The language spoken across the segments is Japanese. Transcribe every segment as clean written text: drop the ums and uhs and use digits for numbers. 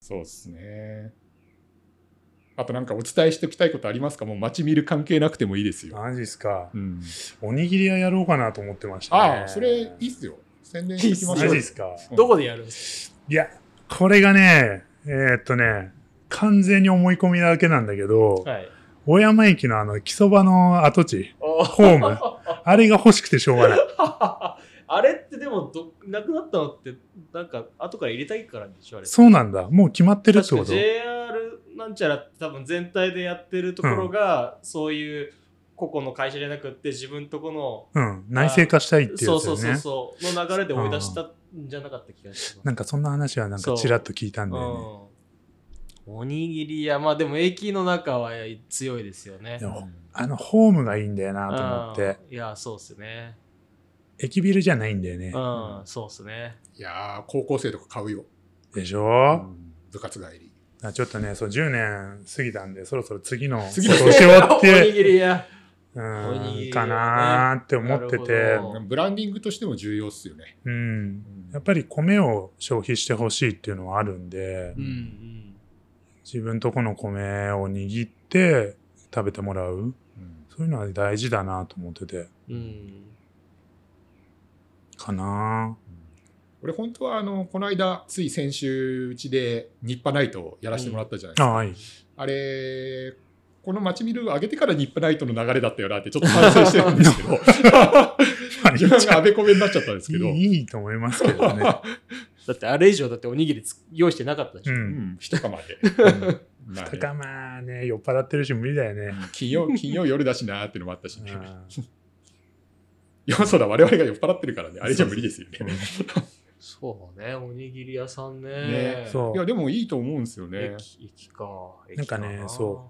そうですね。あとなんかお伝えしておきたいことありますか？もう街見る関係なくてもいいですよ。 マジっすか。 うん、 おにぎり屋やろうかなと思ってましたね。 ああ、それいいっすよ。宣伝しておきましょう。 マジっすか。 どこでやるんですか？ いや、これがね、完全に思い込みだけなんだけど、 はい。 大山駅の木そばの跡地、 ホホーム、あれが欲しくてしょうがない。 あれってでもなくなったのってなんか後から入れたいからでしょあれ。 そうなんだ。もう決まってるって確かこと？ JR なんちゃらって多分全体でやってるところが、そういう個々の会社じゃなくって自分とこの、 内製化したいってやつそうよね。 そうの流れで追い出したんじゃなかった気がします。 なんかそんな話はなんかちらっと聞いたんだよね。 おにぎり屋、まあでも駅の中は強いですよね。 でもホームがいいんだよなと思って。 いや、そうっすね。 駅ビルじゃないんだよね。 そうっすね。 いやー、高校生とか買うよ。 でしょ、 部活帰り。 ちょっとね、そう10年過ぎたんで、そろそろ次の次の年をっおて、 にぎり屋。 かなーって思ってて、 ブランディングとしても重要っすよね。 やっぱり米を消費してほしいっていうのはあるんで、自分とこの米を握って食べてもらう、そういうのは大事だなと思ってて、かな。 俺本当はこの間つい先週うちで日派ナイトをやらせてもらったじゃないですか。 はい、 あれこの街見る上げてから日派ナイトの流れだったよなってちょっと反省してるんですけど自分があべこべになっちゃったんですけど、 いいと思いますけどね。 だってあれ以上だっておにぎり用意してなかったでしょ。 一釜で。 二釜ね、酔っ払ってるし無理だよね。 金曜夜だしなーっていうのもあったしね。そうだ、我々が酔っ払ってるからね、あれじゃ無理ですよね。 そうね、おにぎり屋さんね。 いや、でもいいと思うんですよね。 駅か。 なんかね、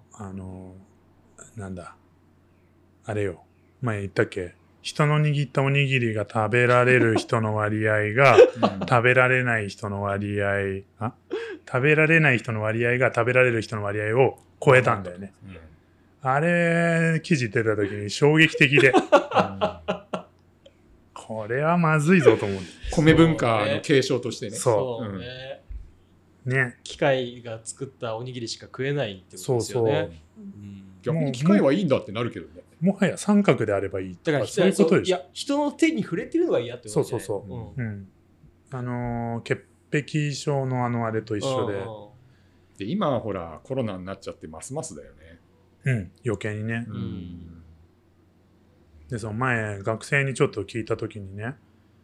なんだ。あれよ。前言ったっけ？人の握ったおにぎりが食べられる人の割合が、食べられない人の割合、食べられない人の割合が食べられる人の割合を超えたんだよね。あれ、記事出た時に衝撃的で。これはまずいぞと思う。 米文化の継承としてね。 そうね。 ね。 機械が作ったおにぎりしか食えないってことですよね。 逆に機械はいいんだってなるけどね。 もはや三角であればいいとか、そういうことでしょ。 いや、人の手に触れてるのが嫌ってことね。 そう。潔癖症のあれと一緒で。今はほら、コロナになっちゃってますますだよね。余計にね。で、その前、学生にちょっと聞いたときにね、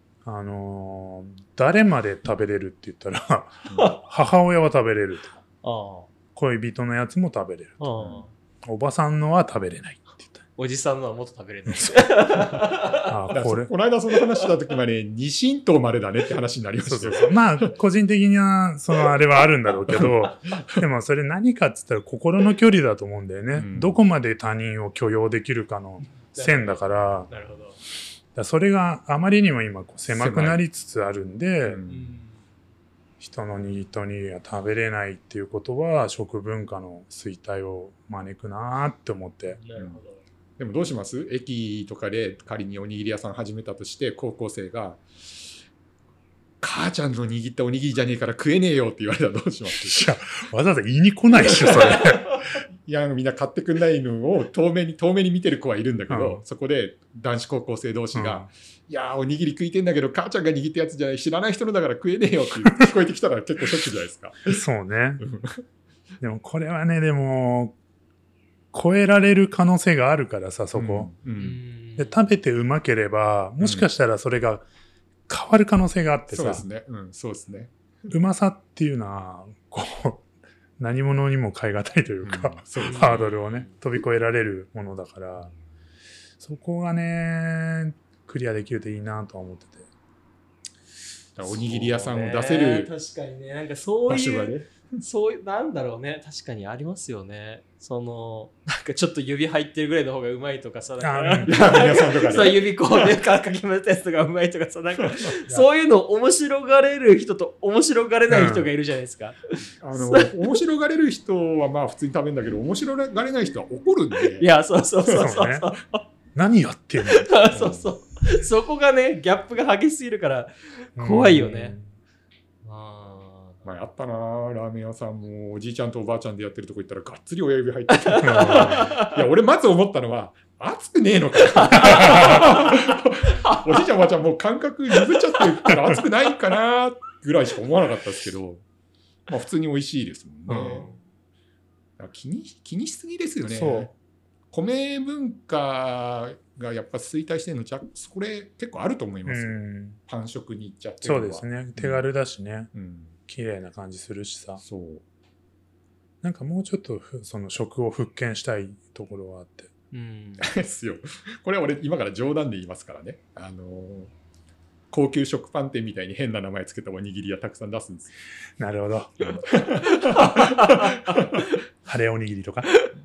誰まで食べれるって言ったら、母親は食べれると。恋人のやつも食べれると。おばさんのは食べれないって言った。 おじさんのはもっと食べれない。 この間その話したときまで、二神道までだねって話になりましたよ。 まあ、個人的には、あれはあるんだろうけど、でもそれ何かって言ったら心の距離だと思うんだよね。どこまで他人を許容できるかの線だから、 なるほど。 それがあまりにも今狭くなりつつあるんで、人の握ったおにぎりが食べれないっていうことは食文化の衰退を招くなって思って。 なるほど。 でもどうします？駅とかで仮におにぎり屋さん始めたとして高校生が母ちゃんの握ったおにぎりじゃねえから食えねえよって言われたらどうします？ いや、わざわざ言いに来ないでしょそれ。 いや、みんな買ってくんないのを遠目に見てる子はいるんだけど、そこで男子高校生同士が、いやおにぎり食いてんだけど母ちゃんが握ったやつじゃない、知らない人のだから食えねえよって聞こえてきたら結構ショックじゃないですか。 そうね。でもこれはね、超えられる可能性があるからさ、そこ。で食べてうまければ、もしかしたらそれが変わる可能性があってさ。 そうですね。そうですね。 うまさっていうのは、何者にも代え難いというか、ハードルをね、飛び越えられるものだから、そこがね、クリアできるといいなとは思ってて。 おにぎり屋さんを出せる確かにね、なんかそういう、 ね、 そういうなんだろうね、確かにありますよね。なんかちょっと指入ってるぐらいの方がうまいとかさ、そう指こうねかき混ぜたやつがうまいとかさ、なんかそういうの面白がれる人と面白がれない人がいるじゃないですか。 面白がれる人はまあ普通に食べるんだけど、面白がれない人は怒るんで。 いや、そう。 何やってんの？ そこがね、ギャップが激しすぎるから怖いよね。 前あったなラーメン屋さんもおじいちゃんとおばあちゃんでやってるとこ行ったらがっつり親指入ってたいや俺まず思ったのは熱くねえのかおじいちゃんおばあちゃんもう感覚鈍っちゃってるから熱くないかなぐらいしか思わなかったですけど、まあ普通に美味しいですもんね、だから気にしすぎですよね。そう米文化がやっぱ衰退してるのじゃそれ結構あると思いますよ、パン食に行っちゃってるのは。 そうですね、手軽だしね、綺麗な感じするしさ。そうなんかもうちょっとその食を復権したいところはあってですよ。これは俺今から冗談で言いますからね、高級食パン店みたいに変な名前つけたおにぎり屋たくさん出すんですよ。 なるほど晴れおにぎりとか、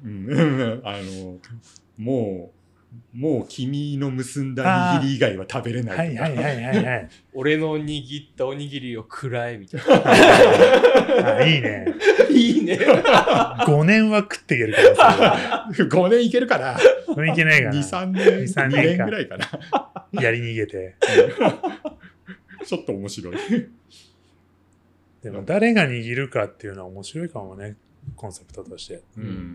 もう君の結んだ握り以外は食べれないとか、 俺の握ったおにぎりを食らえみたいな。いいね。 いいね。 5年は食っていけるから 5年いけるかな。 いけないかな。 2、3年ぐらいかな。 やり逃げて。 ちょっと面白い。 でも誰が握るかっていうのは面白いかもね、コンセプトとして。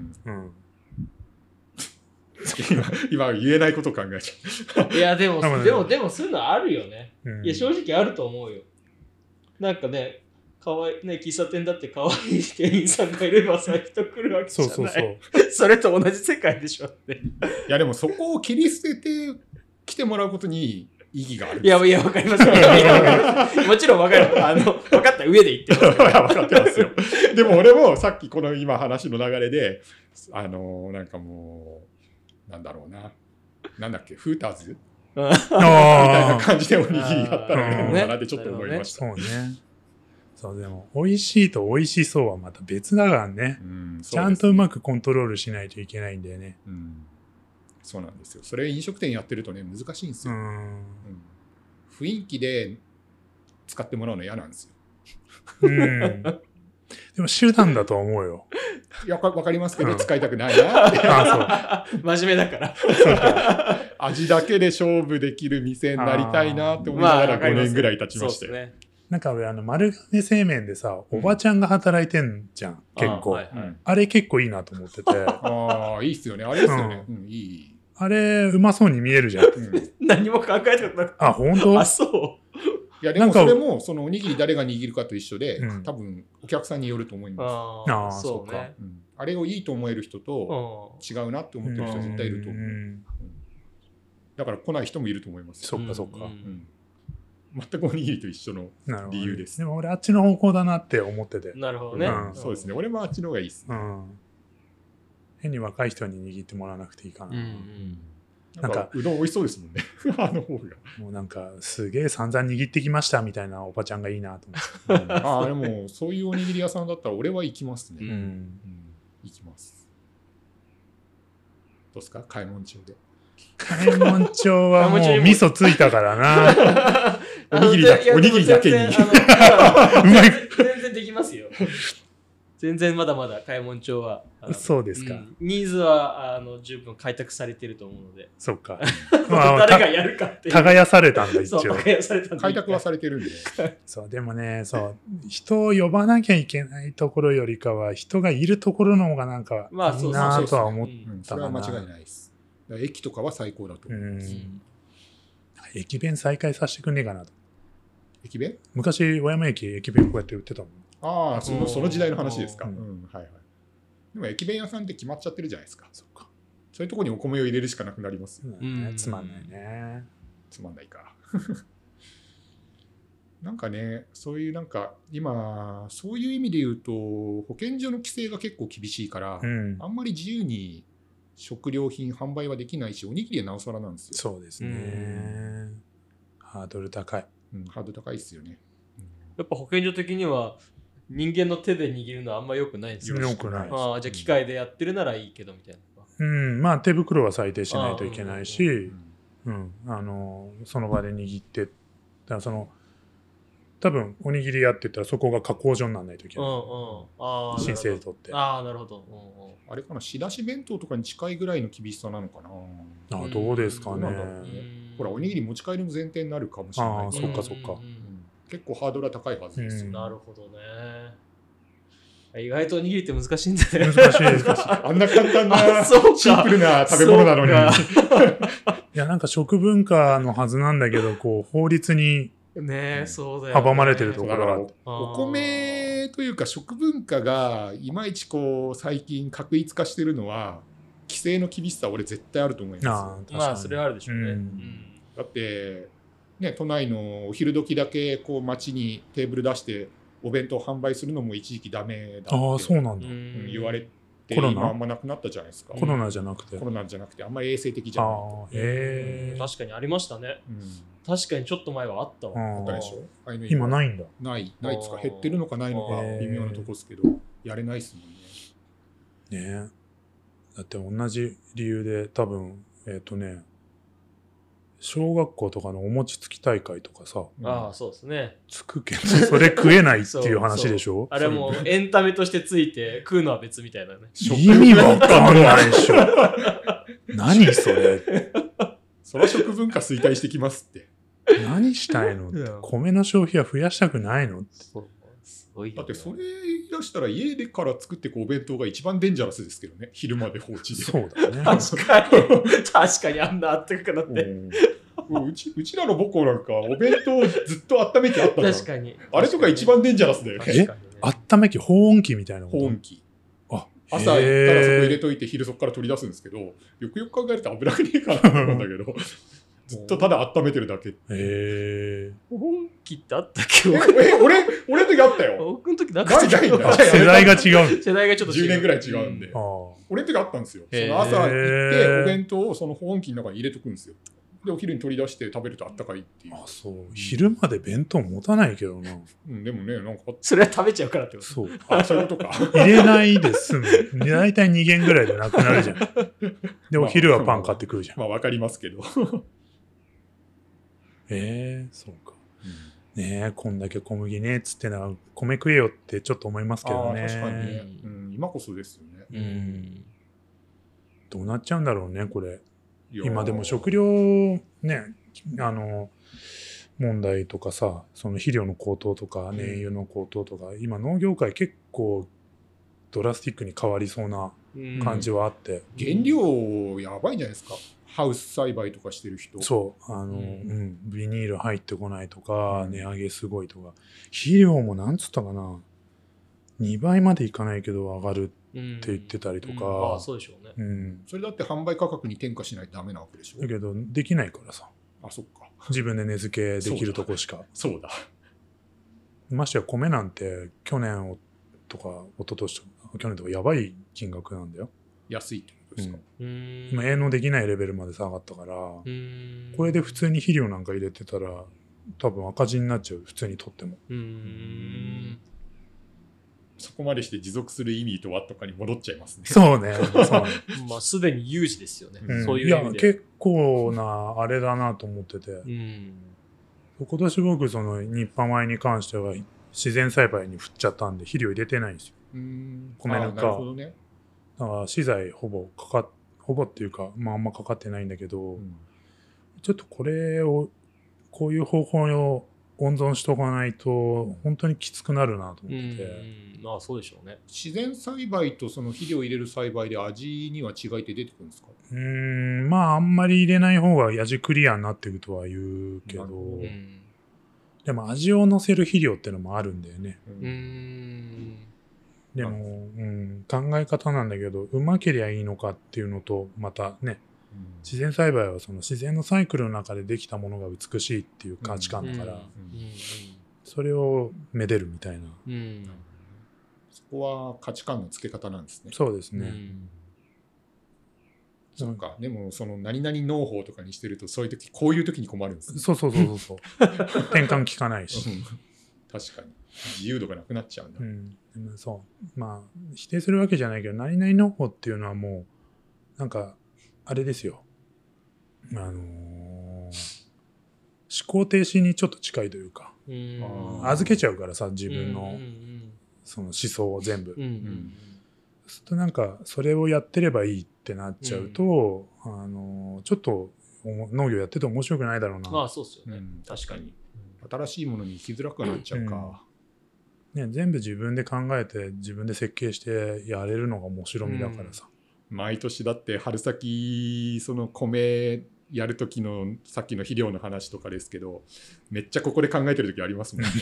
今言えないこと考えちゃう。いやでもそういうのあるよね。いや正直あると思うよ。なんかね、かわいいね、喫茶店だって可愛い店員さんがいればさ人来るわけじゃない。それと同じ世界でしょって。いやでもそこを切り捨てて来てもらうことに意義がある。 いやわかりますよ。もちろんわかる。分かった上で言ってます。 分かってますよ。でも俺もさっきこの今話の流れでなんかもうなんだろうな、なんだっけ、フーターズみたいな感じでおにぎりやったらいいのかなってちょっと思いました。 そうね。そうでも美味しいと美味しそうはまた別だからね。ちゃんとうまくコントロールしないといけないんだよね。 そうなんですよ。それ飲食店やってるとね難しいんですよ。雰囲気で使ってもらうの嫌なんですよ。 でも手段だと思うよ。 いやわかりますけど、使いたくないなって。 真面目だから。 味だけで勝負できる店になりたいなって思いながら5年ぐらい経ちましたよ。 なんか俺丸亀製麺でさ、おばちゃんが働いてんじゃん、結構。あれ結構いいなと思ってて。 いいっすよね。あれですよね。いい。 あれうまそうに見えるじゃん。 何も考えたことなくて。 本当？ そう。 いやでもそれもそのおにぎり誰が握るかと一緒で、多分お客さんによると思います。そうか。 あれをいいと思える人と違うなって思ってる人絶対いると思う。だから来ない人もいると思います。 そっかそっか。 全くおにぎりと一緒の理由です。 でも俺あっちの方向だなって思ってて。 なるほどね。 そうですね。俺もあっちの方がいいです。 変に若い人に握ってもらわなくていいかな。 なんかうどん美味しそうですもんね。あの方が。 もうなんかすげえ散々握ってきましたみたいなおばちゃんがいいなと思って。 でもそういうおにぎり屋さんだったら俺は行きますね。行きます。どうですか、開門町で。 開門町はもう味噌ついたからな。 おにぎりだけに。 全然できますよ。全然まだまだ開門町はそうですか、 ニーズは十分開拓されていると思うので。 そっか。 誰がやるかっていう。 耕されたんだ一応。 開拓はされてるんで。 そうでもね、そう人を呼ばなきゃいけないところよりかは人がいるところの方がなんかいいなとは思ったかな。 それは間違いないです。駅とかは最高だと思います。 駅弁再開させてくんねえかなと。 駅弁？ 昔小山駅駅弁こうやって売ってたもん。 その時代の話ですか。はいはい。でも駅弁屋さんって決まっちゃってるじゃないですか。そういうところにお米を入れるしかなくなりますよ。 つまんないね。 つまんないか。なんかね、そういうなんか今そういう意味で言うと保健所の規制が結構厳しいから、あんまり自由に食料品販売はできないし、おにぎりはなおさらなんですよ。 そうですね。ハードル高い。 ハードル高いですよね。 やっぱ保健所的には人間の手で握るのはあんま良くないんですよ。 良くない。 じゃあ機械でやってるならいいけどみたいな。 まあ手袋は最低しないといけないし、その場で握って、だからその多分おにぎり屋って言ったらそこが加工所にならないといけない。申請取って。 なるほど。 あれかな、仕出し弁当とかに近いぐらいの厳しさなのかな。 どうですかね。 ほらおにぎり持ち帰りの前提になるかもしれない。 そっかそっか。 結構ハードルは高いはずですよ。 なるほどね。意外とおにぎりって難しいんだね。 難しいですあんな簡単なそうかシンプルな食べ物なのに。 いや、なんか食文化のはずなんだけど、こう、法律にね、そうだよね。 阻まれてるところがだからお米というか食文化がいまいちこう最近確一化してるのは規制の厳しさ俺絶対あると思いますよ。 まあそれはあるでしょうね。 だってね、都内のお昼時だけこう街にテーブル出してお弁当販売するのも一時期ダメだってそうなんだ、 言われて今あんまなくなったじゃないですか。 コロナじゃなくてあんまり衛生的じゃない確かにありましたね。確かにちょっと前はあったわ。 あったでしょ。 今ないんだ。 ないですか。減ってるのかないのか微妙なとこですけど、やれないですもんね。 ねえ。だって同じ理由で多分小学校とかのお餅つき大会とかさ、 そうですね。 つくけどそれ食えないっていう話でしょ。 あれはもうエンタメとしてついて食うのは別みたいなね。 意味わかんないでしょ。何それ。 そら食文化衰退してきますって。 何したいのって。米の消費は増やしたくないのって。 だってそれ言い出したら家でから作っていくお弁当が一番デンジャラスですけどね。昼まで放置で。 そうだね。 確かにあんなあったかくなって。 うちらの母校なんかお弁当ずっと温め機あったじゃん。 確かに。 あれとか一番デンジャラスだよね。 温め機、保温器みたいなこと。 保温器。朝行ったらそこ入れといて昼そこから取り出すんですけど、よくよく考えると危なくねえかなと思うんだけど、ずっとただ温めてるだけ。 保温器ってあったっけ？ 俺の時あったよ。 僕の時なかった。 ないんだ。 世代が違う。 世代がちょっと 10年ぐらい違うんで。俺の時あったんですよ。その朝行ってお弁当をその保温器の中に入れとくんですよ。でお昼に取り出して食べるとあったかいっていう。 そう。昼まで弁当持たないけどな。 でもね、なんかそれは食べちゃうからってこと。 そう。 そういうことか。 入れないで済む。大体2限ぐらいでなくなるじゃん。でお昼はパン買ってくるじゃん。 まあわかりますけど。 そうか。ねえ、こんだけ小麦ねっつってな米食えよってちょっと思いますけどね。 確かにね。今こそですよね。 どうなっちゃうんだろうね、これ。今でも食料ね、問題とかさ、その肥料の高騰とか燃油の高騰とか、今農業界結構ドラスティックに変わりそうな感じはあって、 原料やばいんじゃないですか。ハウス栽培とかしてる人。 そうビニール入ってこないとか、値上げすごいとか、肥料もなんつったかな、2倍までいかないけど上がるって言ってたりとか、 そうでしょうね。 それだって販売価格に転嫁しないとダメなわけでしょ。 だけどできないからさ。 そっか。 自分で値付けできるとこしか。 そうだ。 ましてや米なんて去年とか一昨年とか去年とかやばい金額なんだよ。 安いってことですか。 今営農できないレベルまで下がったから、これで普通に肥料なんか入れてたら多分赤字になっちゃう。普通にとっても。 そこまでして持続する意味とはとかに戻っちゃいますね。 そうね。 まあすでに有事ですよね。そういう意味で。いや結構なあれだなと思ってて。今年僕その日販米に関しては自然栽培に振っちゃったんで肥料入れてないんですよ。米ぬか。だから資材ほぼっていうか、あんまかかってないんだけど、ちょっとこれをこういう方法を温存しとかないと本当にきつくなるなと思ってて。 そうでしょうね。 自然栽培とその肥料を入れる栽培で味には違いって出てくるんですか？ あんまり入れない方が味クリアになっていくとは言うけど、でも味を乗せる肥料ってのもあるんだよね。でも、考え方なんだけど、うまけりゃいいのかっていうのとまたね、自然栽培はその自然のサイクルの中でできたものが美しいっていう価値観だから、それをめでるみたいな。 そこは価値観の付け方なんですね。 そうですね。 そうか。でもその何々農法とかにしてるとそういう時こういう時に困るんですね。 そう。転換効かないし。 確かに自由度がなくなっちゃうんだ。 でもそう否定するわけじゃないけど、何々農法っていうのはもうなんかあれですよ。思考停止にちょっと近いというか、預けちゃうからさ、自分のその思想を全部。そうするとなんかそれをやってればいいってなっちゃうと、ちょっと農業やってて面白くないだろうな。 まあそうですよね、確かに。 新しいものに生きづらくなっちゃうか。 ね、全部自分で考えて自分で設計してやれるのが面白みだからさ。 毎年だって春先その米やる時のさっきの肥料の話とかですけど、めっちゃここで考えてる時ありますもん。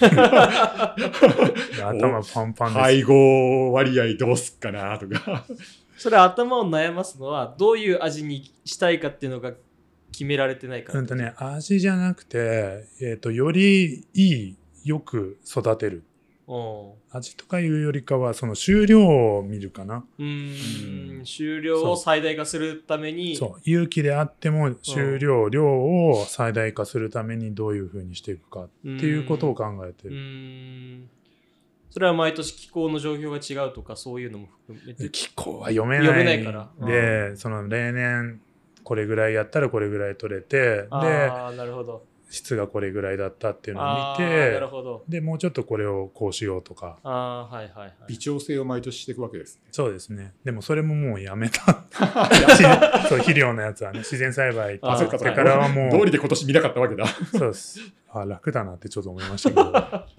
頭パンパンです。 配合割合どうすっかなとか。 それ頭を悩ますのはどういう味にしたいかっていうのが決められてないから。 味じゃなくて、よりよく育てる。味とかいうよりかはその収量を見るかな。 収量を最大化するために。 そう、有機であっても収量、量を最大化するためにどういうふうにしていくかっていうことを考えてる。 それは毎年気候の状況が違うとかそういうのも含めて。 気候は読めないから。で、その例年これぐらいやったらこれぐらい取れて、で、 なるほど。 質がこれぐらいだったっていうのを見て、 なるほど。 でもうちょっとこれをこうしようとか、 微調整を毎年していくわけですね。 そうですね。でもそれももうやめた。そう、肥料のやつはね、自然栽培ってからはもう道理で今年見なかったわけだ。 そうです。楽だなってちょっと思いましたけど。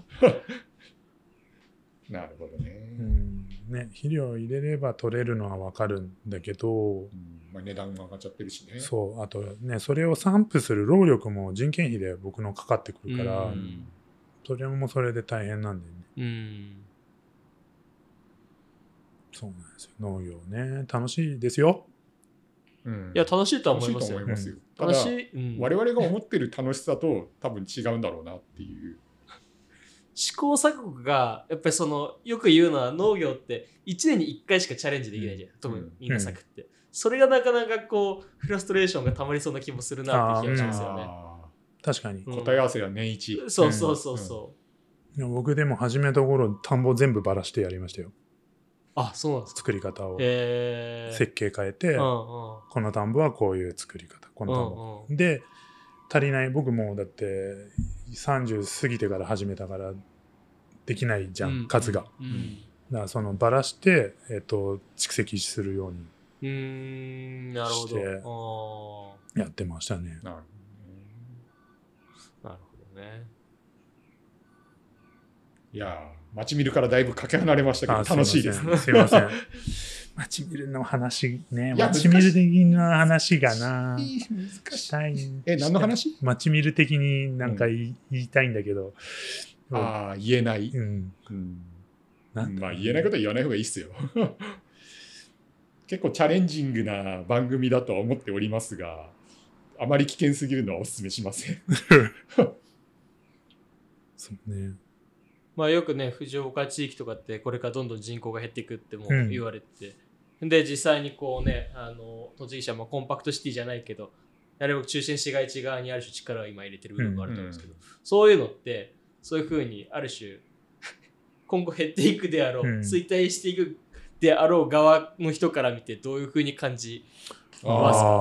なるほどね。 ね、肥料を入れれば取れるのは分かるんだけど、 値段が上がっちゃってるしね。 そう、あとね、それを散布する労力も人件費で僕のかかってくるから、それもそれで大変なんだよね。そうなんですよ。農業ね、楽しいですよ。 いや、楽しいとは思いますよ。 ただ、我々が思ってる楽しさと多分違うんだろうなっていう。 試行錯誤がやっぱりそのよく言うのは農業って1年に1回しかチャレンジできないじゃん、特に稲作って、それがなかなかこうフラストレーションがたまりそうな気もするなって気がしますよね。 確かに、 答え合わせは年一。 そう僕でも始めた頃田んぼ全部ばらしてやりましたよ。 そうなんですか。 作り方を設計変えて、この田んぼはこういう作り方、この田んぼで足りない。僕もだって30過ぎてから始めたからできないじゃん、数が。だからそのばらして、蓄積するようにしてやってましたね。 なるほどね。 いや街見るからだいぶかけ離れましたけど楽しいですね。 すいません。街見るの話ね、街見る的な話がな、したい。 何の話？ 街見る的になんか言いたいんだけど。 言えない。まあ言えないことは言わない方がいいっすよ。結構チャレンジングな番組だとは思っておりますが、あまり危険すぎるのはお勧めしません。 そうね。 まあよくね、藤岡地域とかってこれからどんどん人口が減っていくっても言われて、で実際にこうね、栃木市はまあコンパクトシティじゃないけど、なるべく中心市街地側にある種力を今入れてる部分があると思うんですけど、そういうのってそういうふうにある種今後減っていくであろう、衰退していくであろう側の人から見てどういうふうに感じますか？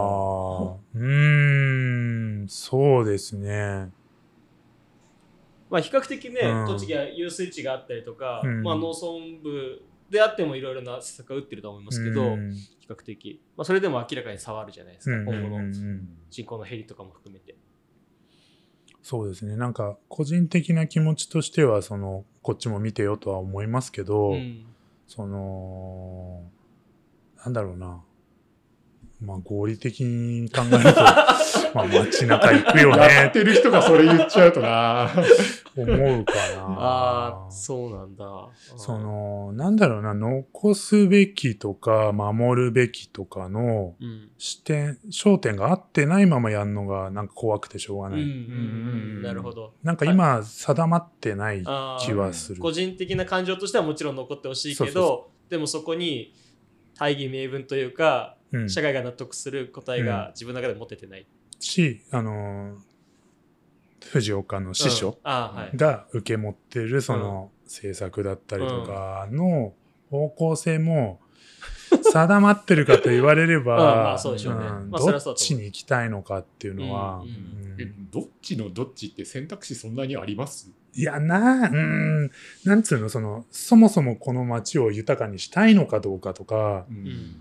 そうですね。 まあ比較的ね、栃木は遊水地があったりとか、まあ農村部であってもいろいろな施策が打ってると思いますけど、比較的、まあ、それでも明らかに差はあるじゃないですか、今後の人口の減りとかも含めて。 そうですね。なんか個人的な気持ちとしてはこっちも見てよとは思いますけど、なんだろうな、まあ合理的に考えるとまあ街中行くよね。 やってる人がそれ言っちゃうとな思うかな。 そうなんだ。 なんだろうな、残すべきとか守るべきとかの焦点が合ってないままやるのがなんか怖くてしょうがない。 なるほど。 なんか今定まってない気はする。 個人的な感情としてはもちろん残ってほしいけど、でもそこに大義名分というか、社会が納得する答えが自分の中で持ててないし、藤岡の師匠が受け持ってるその政策だったりとかの方向性も定まってるかと言われればどっちに行きたいのかっていうのは、 どっちのどっちって選択肢そんなにあります？ いやなんつうの、そもそもこの街を豊かにしたいのかどうかとか、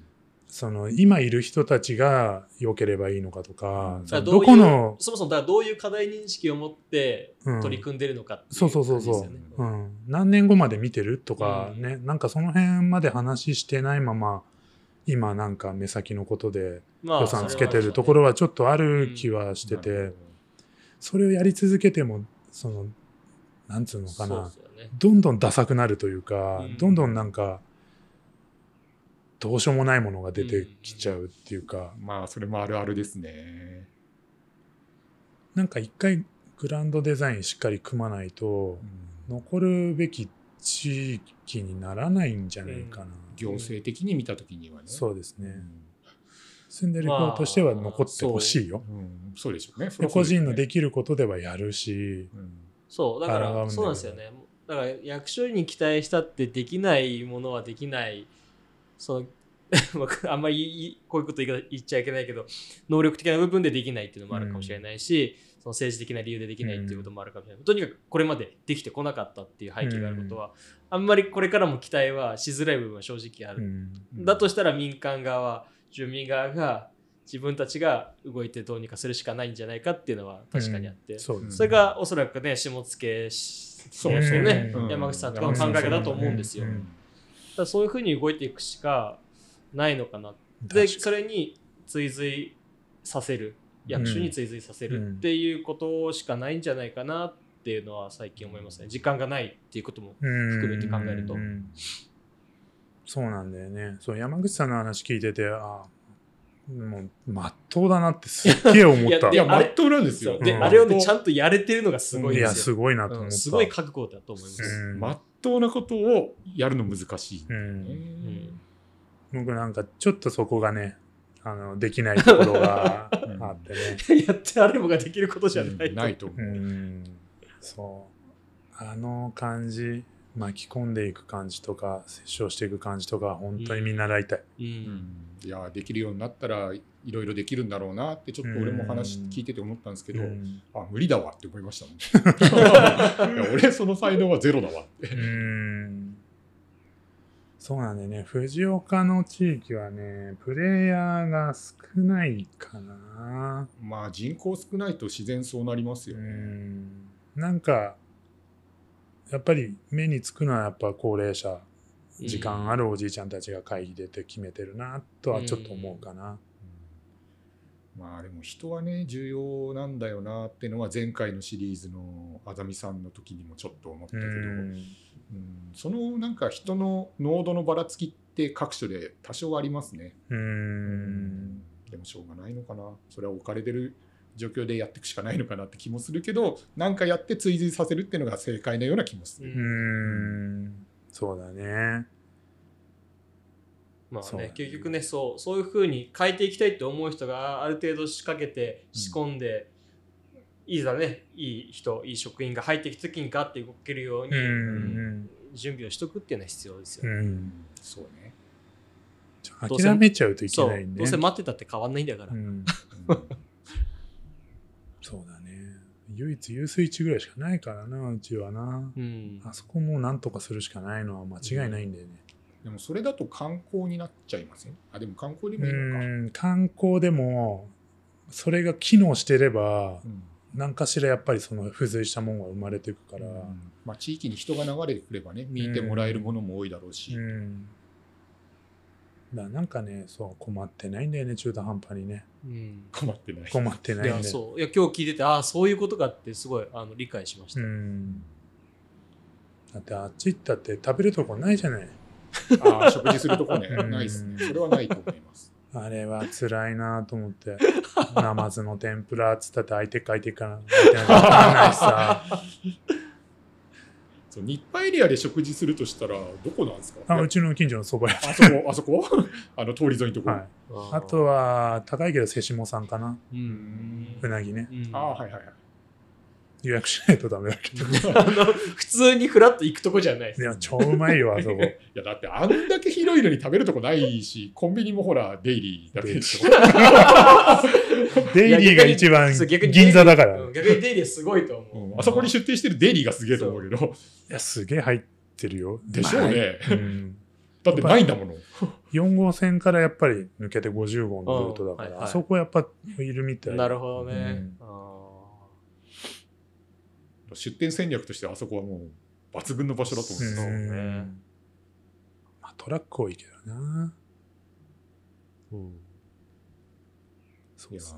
その今いる人たちが良ければいいのかとか、 そどこのそもそもだからどういう課題認識を持って取り組んでるのかっていうそう感じですよね。 そうそうそう、何年後まで見てるとかね、なんかその辺まで話してないまま今なんか目先のことで予算つけてるところはちょっとある気はしてて、それをやり続けてもそのなんつうのかな、どんどんダサくなるというか、どんどんなんかどうしようもないものが出てきちゃうっていうか、 まあそれもあるあるですね。 なんか一回グランドデザインしっかり組まないと、残るべき地域にならないんじゃないかな、 行政的に見たときにはね。 そうですね、住んでる方としては残ってほしいよ、 そうでしょうね。 個人のできることではやるし、 そうだからそうなんですよね。だから役所に期待したってできないものはできない、そのあんまりこういうこと言っちゃいけないけど、能力的な部分でできないっていうのもあるかもしれないし、その政治的な理由でできないっていうこともあるかもしれない。とにかくこれまでできてこなかったっていう背景があることは、あんまりこれからも期待はしづらい部分は正直ある。だとしたら民間側、住民側が自分たちが動いてどうにかするしかないんじゃないかっていうのは確かにあって、それがおそらくね、下野そうね、山口さんとかの考え方だと思うんですよ。だからそういうふうに動いていくしかないのかな。でそれに追随させる、役所に追随させるっていうことしかないんじゃないかなっていうのは最近思いますね。時間がないっていうことも含めて考えると。 そうなんだよね。そう山口さんの話聞いてて、もう真っ当だなってすっげえ思った。 いや真っ当なんですよ。 で、あれをねちゃんとやれてるのがすごいですよ。 いやすごいなと思った。 すごい覚悟だと思います。 真っ当なことをやるの難しい。 僕なんかちょっとそこがね、できないところがあってね。 やって誰もができることじゃないと思う。 そう感じ、巻き込んでいく感じとか接触していく感じとか本当に見習いたい。 いやできるようになったらいろいろできるんだろうなってちょっと俺も話聞いてて思ったんですけど、無理だわって思いましたもん。いや俺その才能はゼロだわって。 そうなんだよね。藤岡の地域はね、プレイヤーが少ないかな。 まあ人口少ないと自然そうなりますよね。 なんかやっぱり目につくのはやっぱ高齢者、時間あるおじいちゃんたちが会議出て決めてるなとはちょっと思うかな。 まあでも人はね重要なんだよなっていうのは前回のシリーズのあざみさんの時にもちょっと思ったけど、そのなんか人の濃度のばらつきって各所で多少ありますね。でもしょうがないのかな。それは置かれてる状況でやっていくしかないのかなって気もするけど、なんかやって追随させるっていうのが正解のような気もする。 そうだね。 まあね、結局ね、そういうふうに変えていきたいって思う人がある程度仕掛けて仕込んで、いざね、いい人、いい職員が入ってきた時にガッて動けるように、準備をしとくっていうのは必要ですよ。 そうね。 諦めちゃうといけないね。 どうせ待ってたって変わんないんだから。 そうだね。唯一遊水地ぐらいしかないからな、うちはな。あそこもなんとかするしかないのは間違いないんだよね。 でもそれだと観光になっちゃいません？でも観光でもいいのか。 観光でもそれが機能してれば、何かしらやっぱりその付随したものが生まれていくから、 まあ、地域に人が流れてくればね見てもらえるものも多いだろうし、 なんかね、そう困ってないんだよね、中途半端にね。 困ってない。 困ってないんで。 いや今日聞いててそういうことかってすごい理解しました。 だってあっち行ったって食べるとこないじゃない。 食事するとこねないですね。それはないと思います。 あれは辛いなと思って。ナマズの天ぷらっつったって相手か分かんないしさ。 日配エリアで食事するとしたらどこなんですか？ うちの近所のそば屋。 あそこ通り沿いのところ。 あとは高いけど瀬下さんかな。うなぎね。 はいはいはい。 予約しないとダメだけど。 普通にフラッと行くとこじゃないです。 でも超うまいよあそこ。いやだってあんだけ広いのに食べるとこないし、コンビニもほらデイリーだけでしょ。 デイリーが一番銀座だから。 逆にデイリーすごいと思う。 あそこに出店してるデイリーがすげえと思うけど。 いやすげえ入ってるよ。 でしょうね。 だってないんだもの。 4号線からやっぱり抜けて50号のルートだから、 はいはい、 あそこやっぱいるみたい。 なるほどね。 出店戦略としてあそこはもう抜群の場所だと思うんですよね。 まあ、トラック多いけどな。そうです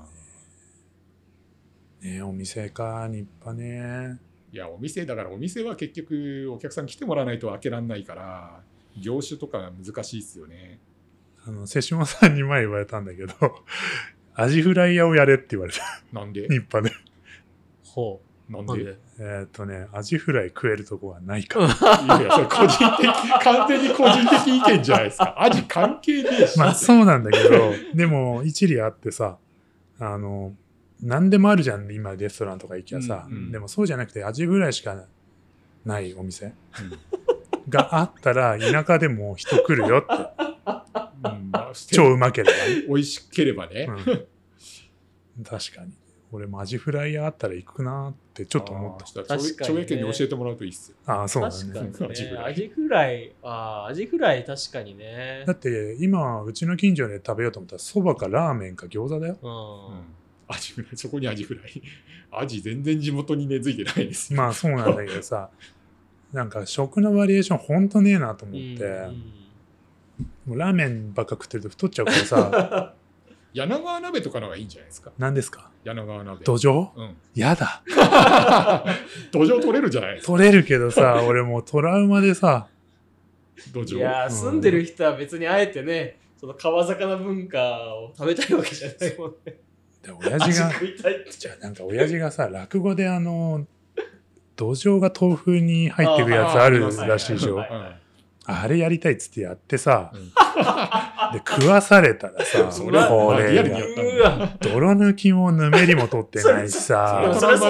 ね。ね、お店か、立派ね。 いや、お店だから、お店は結局お客さん来てもらわないと開けられないから、業種とか難しいですよね。 瀬下さんに前言われたんだけど、アジフライ屋をやれって言われた。 なんで？ 立派で。 ほう。 なんで？ アジフライ食えるとこはないから。 いや、それ個人的、完全に個人的意見じゃないですか。アジ関係ねえし。 まあそうなんだけど、でも一理あってさ、何でもあるじゃん、今レストランとか行きゃさ、でもそうじゃなくてアジフライしかないお店、があったら田舎でも人来るよって。超うまければね。 美味しければね。 確かに。俺もアジフライ屋あったら行くなってちょっと思った。 町営県に教えてもらうといいっすよ。 ああ、そうだね。 アジフライ。アジフライ確かにね。 だって今、うちの近所で食べようと思ったら、そばかラーメンか餃子だよ。 アジフライ、そこにアジフライ。アジ全然地元に根付いてないですよ。 まあそうなんだけどさ、なんか食のバリエーションほんとねえなと思って、もうラーメンばっか食ってると太っちゃうからさ。 柳川鍋とかのがいいんじゃないですか。 何ですか？ 柳川鍋。 土壌？やだ。 土壌取れるじゃないですか。 取れるけどさ、俺もうトラウマでさ。 土壌。 いや、住んでる人は別にあえてね、その川魚文化を食べたいわけじゃないもんね。 で親父が、じゃあなんか親父がさ、落語で土壌が豆腐に入ってるやつあるらしいでしょ。あれやりたいっつってやってさ、で食わされたらさ、これが泥抜きもぬめりも取ってないしさ、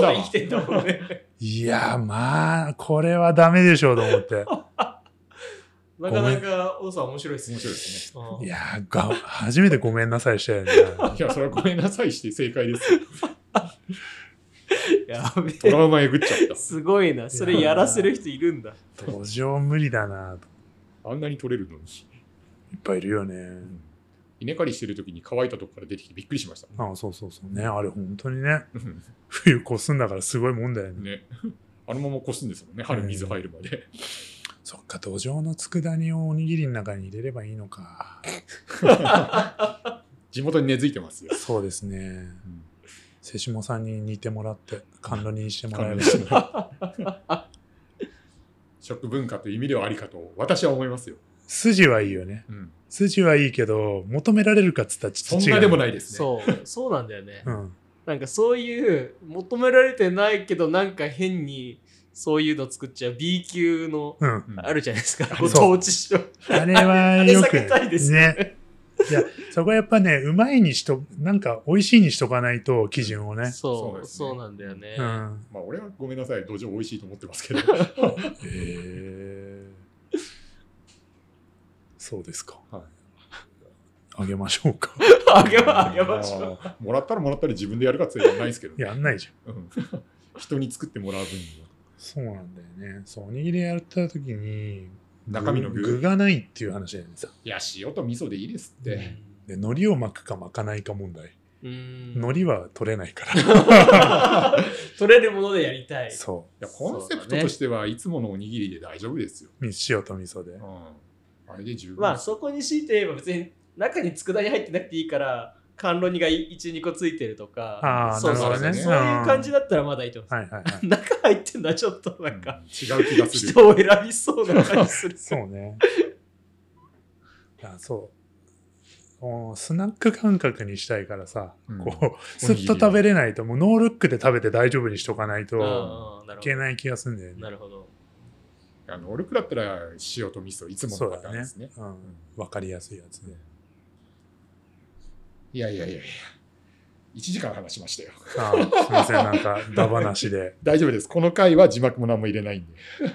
いやまあこれはダメでしょうと思って。 なかなかお父さん面白いですね。 面白いですね。 いや初めてごめんなさいしたよね。 いやそれはごめんなさいして正解ですよ。 やべえ。 トラウマえぐっちゃった。 すごいな。それやらせる人いるんだ。 土壌無理だなと。 あんなに取れるのに。 いっぱいいるよね。 稲刈りしてる時に乾いたとこから出てきてびっくりしました、 ああ、そうそうそうね。あれ本当にね。冬越すんだからすごいもんだよね。 あのまま越すんですもんね。春水入るまで。 そっか、土壌の佃煮をおにぎりの中に入れればいいのか。 地元に根付いてますよ。 そうですね。瀬下さんに似てもらって甘露煮にしてもらえば。 食文化という意味ではありかと私は思いますよ。 筋はいいよね。筋はいいけど求められるかっつったらちょっと違う。 そんなでもないですね。そうなんだよね。なんかそういう求められてないけどなんか変にそういうの作っちゃう B 級のあるじゃないですか。ご当地しろ。 あれはよく避けたいですね。 いやそこはやっぱねうまいにしとなんか美味しいにしとかないと基準をね。 そうなんだよね。 まあ俺はごめんなさい土壌美味しいと思ってますけど。 そうですか。あげましょうか。 あげましょう。もらったら自分でやるかってやんないですけど。 やんないじゃん。人に作ってもらう分には。 そうなんだよね。そうおにぎりやった時に中身の具がないっていう話だよね。 いや塩と味噌でいいですって。 で海苔を巻くか巻かないか問題。海苔は取れないから。 取れるものでやりたい。 そう。 いやコンセプトとしてはいつものおにぎりで大丈夫ですよ。 塩と味噌で。 あれで十分。 まあそこに強いて言えば別に中に佃煮入ってなくていいから甘露煮が 1,2 個ついてるとか、そういう感じだったらまだいいと思います。中入ってんのはちょっとなんか、 違う気がする。 人を選びそうな感じする。 そうね。スナック感覚にしたいからさ、こうすっと食べれないともうノールックで食べて大丈夫にしとかないといけない気がするんだよね。 なるほど。 ノールックだったら塩と味噌いつものパターンですね。 わかりやすいやつで。 いや1時間話しましたよ。 すみませんなんかダ話で。 大丈夫です。この回は字幕も何も入れないんで。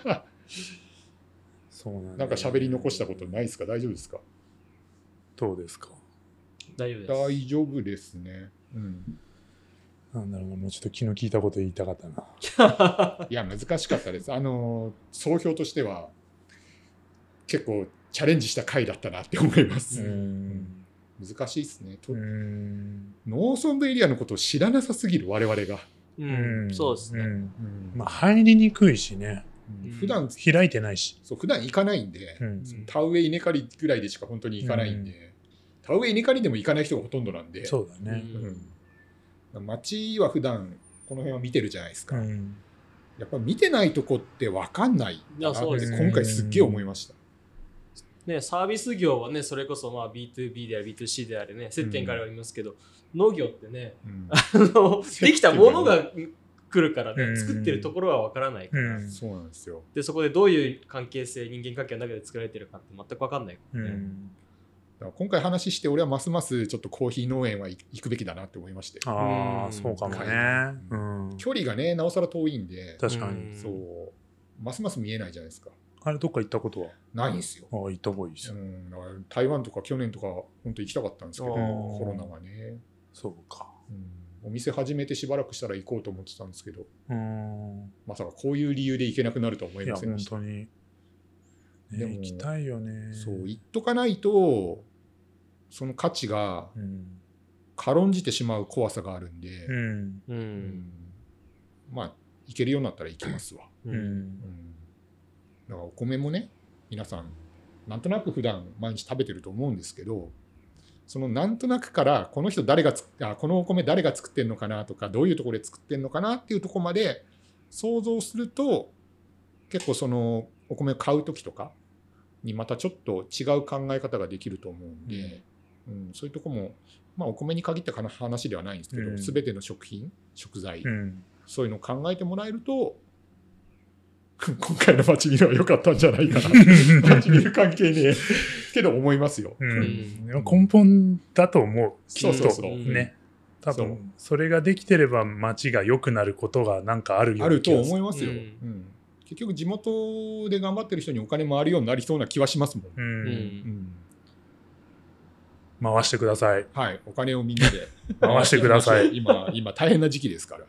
そうなんか喋り残したことないですか？大丈夫ですか？ どうですか？ 大丈夫です。 大丈夫ですね。 なんだろうな、もうちょっと気の利いたこと言いたかったな。 いや難しかったです。総評としては結構チャレンジした回だったなって思います。難しいですね。農村エリアのことを知らなさすぎる我々が。 そうですね。 まあ入りにくいしね。 普段開いてないし。 そう普段行かないんで、田植え稲刈りぐらいでしか本当に行かないんで、田植え稲刈りでも行かない人がほとんどなんで。 そうだね。 町は普段この辺は見てるじゃないですか。やっぱ見てないとこって分かんないなって今回すっげえ思いました。 ね、サービス業はね、それこそまあ B2B であれ B2C であれね、接点からありますけど、農業ってね、できたものが来るからね、作ってるところは分からないから、 そうなんですよ。 でそこでどういう関係性、人間関係の中で作られてるかって全く分かんないからね。 だから今回話して俺はますますちょっとコーヒー農園は行くべきだなって思いまして。 ああ、そうかもね。 距離がねなおさら遠いんで、 確かにそうますます見えないじゃないですか。 あれどっか行ったことはないんですよ。 ああ、行った方がいいですよ。 だから台湾とか去年とか本当行きたかったんですけど、コロナがね。 そうか。 お店始めてしばらくしたら行こうと思ってたんですけど、まさかこういう理由で行けなくなるとは思いませんでした。 いや本当に。でも行きたいよね。 そう行っとかないとその価値が軽んじてしまう怖さがあるんで、まあ行けるようになったら行きますわ。だからお米もね、皆さんなんとなく普段毎日食べてると思うんですけど、そのなんとなくからこの人このお米誰が作ってんのかなとか、どういうところで作ってんのかなっていうところまで想像すると、結構そのお米を買う時とかにまたちょっと違う考え方ができると思うんで、そういうとこも、まあ、お米に限った話ではないんですけど、全ての食品食材、そういうのを考えてもらえると今回の街見るは良かったんじゃないかな街見る関係ねえけど思いますよ。 根本だと思う。きっとね。多そう分それができてれば街が良くなることがなんかあるような気がする。 あると思いますよ。結局地元で頑張ってる人にお金回るようになりそうな気はしますもん。 回してください。 はい、お金をみんなで回してください。 今大変な時期ですから。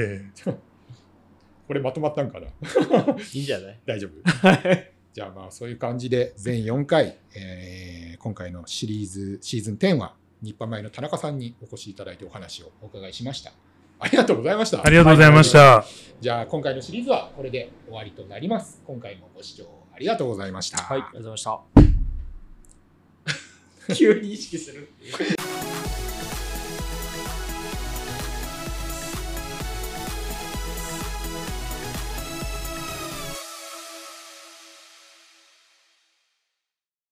これまとまったんかな。 いいんじゃない？ 大丈夫。じゃあまあそういう感じで全4回、今回のシリーズシーズン10は日販米の田中さんにお越しいただいてお話をお伺いしました。ありがとうございました。 ありがとうございました。 じゃあ今回のシリーズはこれで終わりとなります。今回もご視聴ありがとうございました。 はい、ありがとうございました。急に意識するっていう。